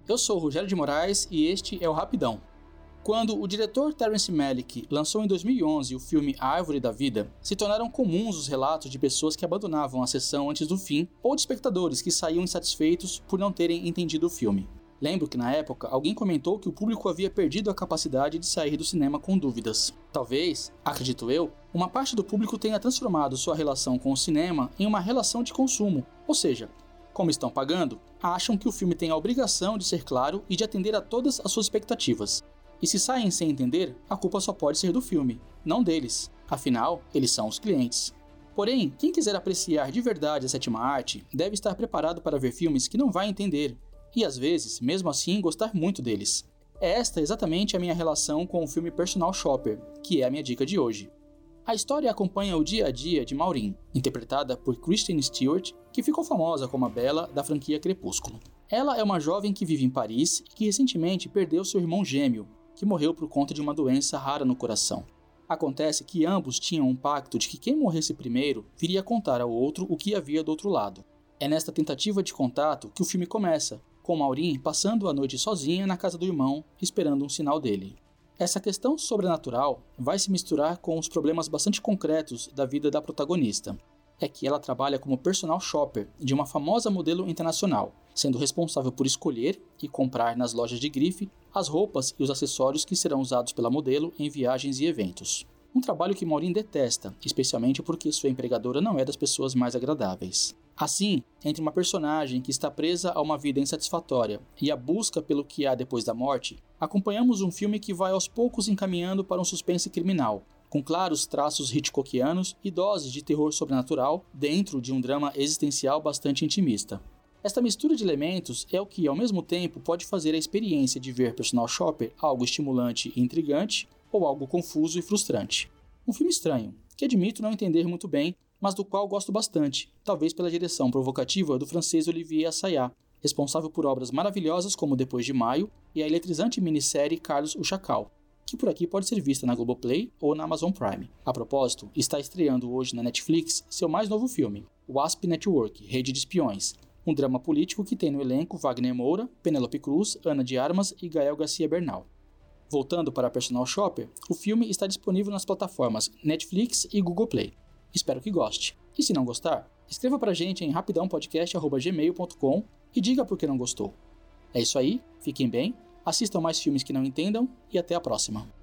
Eu sou o Rogério de Moraes e este é o Rapidão. Quando o diretor Terrence Malick lançou em 2011 o filme A Árvore da Vida, se tornaram comuns os relatos de pessoas que abandonavam a sessão antes do fim ou de espectadores que saíam insatisfeitos por não terem entendido o filme. Lembro que na época alguém comentou que o público havia perdido a capacidade de sair do cinema com dúvidas. Talvez, acredito eu, uma parte do público tenha transformado sua relação com o cinema em uma relação de consumo, ou seja, como estão pagando, acham que o filme tem a obrigação de ser claro e de atender a todas as suas expectativas. E se saem sem entender, a culpa só pode ser do filme, não deles. Afinal, eles são os clientes. Porém, quem quiser apreciar de verdade a sétima arte, deve estar preparado para ver filmes que não vai entender. E às vezes, mesmo assim, gostar muito deles. É esta exatamente a minha relação com o filme Personal Shopper, que é a minha dica de hoje. A história acompanha o dia a dia de Maureen, interpretada por Kristen Stewart, que ficou famosa como a Bella da franquia Crepúsculo. Ela é uma jovem que vive em Paris e que recentemente perdeu seu irmão gêmeo, que morreu por conta de uma doença rara no coração. Acontece que ambos tinham um pacto de que quem morresse primeiro viria contar ao outro o que havia do outro lado. É nesta tentativa de contato que o filme começa, com Maureen passando a noite sozinha na casa do irmão, esperando um sinal dele. Essa questão sobrenatural vai se misturar com os problemas bastante concretos da vida da protagonista. É que ela trabalha como personal shopper de uma famosa modelo internacional, sendo responsável por escolher e comprar nas lojas de grife as roupas e os acessórios que serão usados pela modelo em viagens e eventos. Um trabalho que Maureen detesta, especialmente porque sua empregadora não é das pessoas mais agradáveis. Assim, entre uma personagem que está presa a uma vida insatisfatória e a busca pelo que há depois da morte, acompanhamos um filme que vai aos poucos encaminhando para um suspense criminal, com claros traços hitchcockianos e doses de terror sobrenatural dentro de um drama existencial bastante intimista. Esta mistura de elementos é o que, ao mesmo tempo, pode fazer a experiência de ver Personal Shopper algo estimulante e intrigante, ou algo confuso e frustrante. Um filme estranho, que admito não entender muito bem, mas do qual gosto bastante, talvez pela direção provocativa do francês Olivier Assayas, responsável por obras maravilhosas como Depois de Maio e a eletrizante minissérie Carlos o Chacal, que por aqui pode ser vista na Globoplay ou na Amazon Prime. A propósito, está estreando hoje na Netflix seu mais novo filme, Wasp Network, Rede de Espiões, um drama político que tem no elenco Wagner Moura, Penélope Cruz, Ana de Armas e Gael Garcia Bernal. Voltando para Personal Shopper, o filme está disponível nas plataformas Netflix e Google Play. Espero que goste. E se não gostar, escreva pra gente em rapidãopodcast@gmail.com e diga por que não gostou. É isso aí, fiquem bem, assistam mais filmes que não entendam e até a próxima.